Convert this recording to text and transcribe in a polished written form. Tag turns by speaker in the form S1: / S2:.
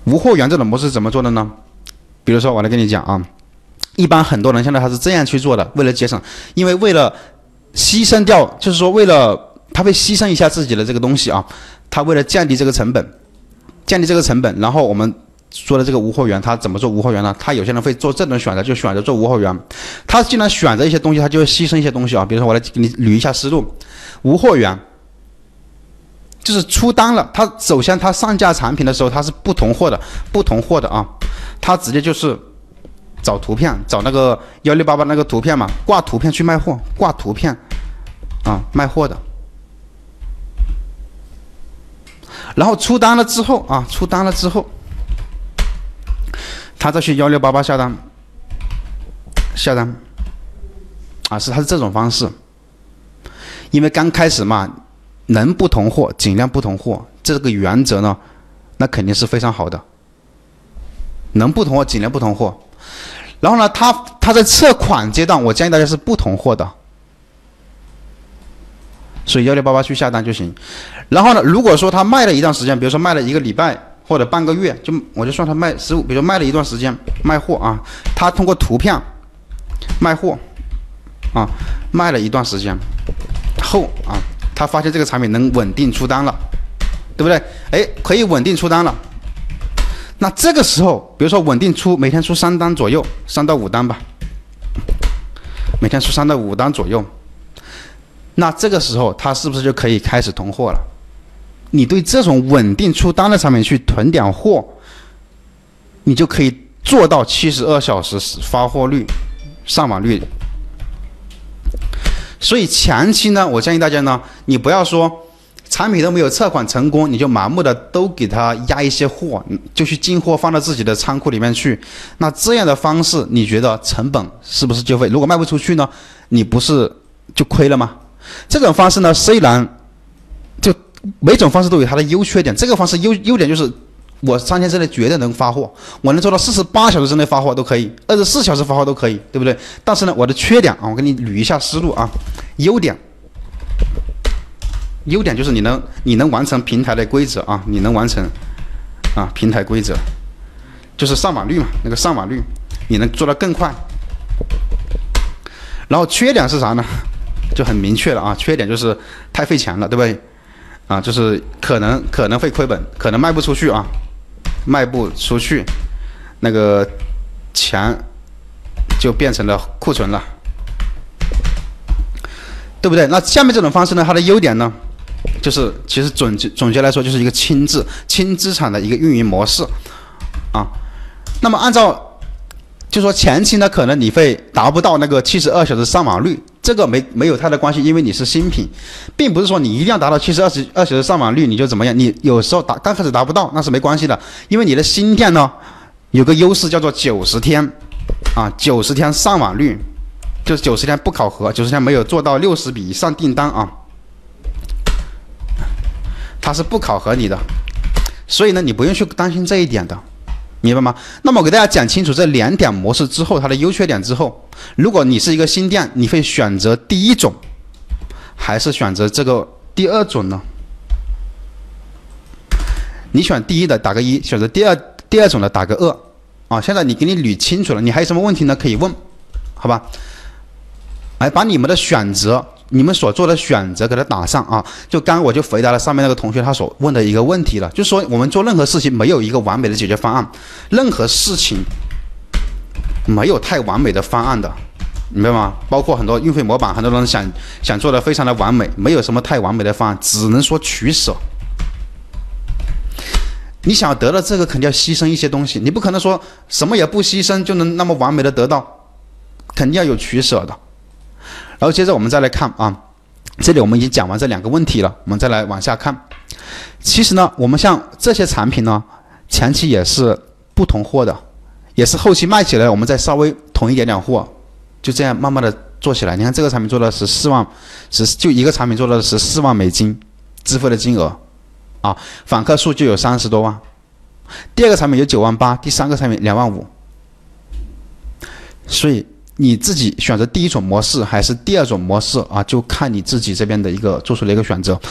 S1: 无货源这种模式怎么做的呢？比如说我来跟你讲啊，一般很多人现在他是这样去做的，为了节省，因为为了牺牲掉，就是说为了他会牺牲一下自己的这个东西啊，他为了降低这个成本，然后我们说的这个无货源，他怎么做无货源呢？他有些人会做这种选择，就选择做无货源。他既然选择一些东西，他就会牺牲一些东西啊。比如说我来给你捋一下思路，无货源就是出单了，他首先他上架产品的时候，他是不同货的啊，他直接就是找图片，找那个1688那个图片嘛，挂图片去卖货，挂图片啊卖货的。然后出单了之后，他再去1688下单啊，他是这种方式，因为刚开始嘛。能不同货尽量不同货，这个原则呢，那肯定是非常好的。能不同货尽量不同货，然后呢，他在测款阶段，我建议大家是不同货的，所以1688去下单就行。然后呢，如果说他卖了一段时间，比如说卖了1个礼拜或者半个月，我就算他卖15，比如说卖了一段时间卖货啊，他通过图片卖货啊，卖了一段时间后啊。他发现这个产品能稳定出单了，对不对？哎，可以稳定出单了。那这个时候，比如说稳定出，每天出3单左右，3到5单吧，每天出3到5单左右。那这个时候，他是不是就可以开始囤货了？你对这种稳定出单的产品去囤点货，你就可以做到72小时发货率、上网率。所以前期呢，我建议大家呢，你不要说产品都没有测款成功，你就盲目的都给他压一些货，就去进货放到自己的仓库里面去。那这样的方式，你觉得成本是不是就会？如果卖不出去呢，你不是就亏了吗？这种方式呢，虽然就每种方式都有它的优缺点，这个方式优点就是我3天之内绝对能发货，我能做到48小时之内发货都可以，24小时发货都可以，对不对？但是呢，我的缺点啊，我给你捋一下思路啊。优点就是你能完成平台的规则啊，你能完成啊平台规则，就是上网率嘛，那个上网率你能做得更快。然后缺点是啥呢？就很明确了啊，缺点就是太费钱了，对不对？啊，就是可能会亏本，可能卖不出去啊。卖不出去，那个钱就变成了库存了，对不对？那下面这种方式呢，它的优点呢，就是其实总结来说，就是一个轻资产的一个运营模式啊。那么按照就说前期呢，可能你会达不到那个72小时上网率，这个没有太大关系，因为你是新品，并不是说你一定要达到72小时上网率你就怎么样，你有时候刚开始达不到那是没关系的，因为你的新店呢有个优势叫做90天啊，90天上网率，就是90天不考核，90天没有做到60笔以上订单啊，它是不考核你的，所以呢你不用去担心这一点的。明白吗？那么我给大家讲清楚这2点模式之后，它的优缺点之后，如果你是一个新店，你会选择第一种，还是选择这个第二种呢？你选第一的打个1，选择第二种的打个2啊。现在给你捋清楚了，你还有什么问题呢？可以问，好吧？来把你们的选择，你们所做的选择给它打上啊！就刚刚我就回答了上面那个同学他所问的一个问题了，就是说我们做任何事情没有一个完美的解决方案，任何事情没有太完美的方案的，明白吗？包括很多运费模板，很多人想做的非常的完美，没有什么太完美的方案，只能说取舍。你想要得到这个，肯定要牺牲一些东西，你不可能说什么也不牺牲就能那么完美的得到，肯定要有取舍的。然后接着我们再来看啊，这里我们已经讲完这2个问题了，我们再来往下看。其实呢，我们像这些产品呢，前期也是不同货的，也是后期卖起来我们再稍微同一点货，就这样慢慢的做起来。你看这个产品做了14万，就一个产品做了14万美金支付的金额啊，访客数就有30多万。第2个产品有9万8，第3个产品2万5。所以你自己选择第一种模式还是第2种模式啊，就看你自己这边的一个做出的一个选择。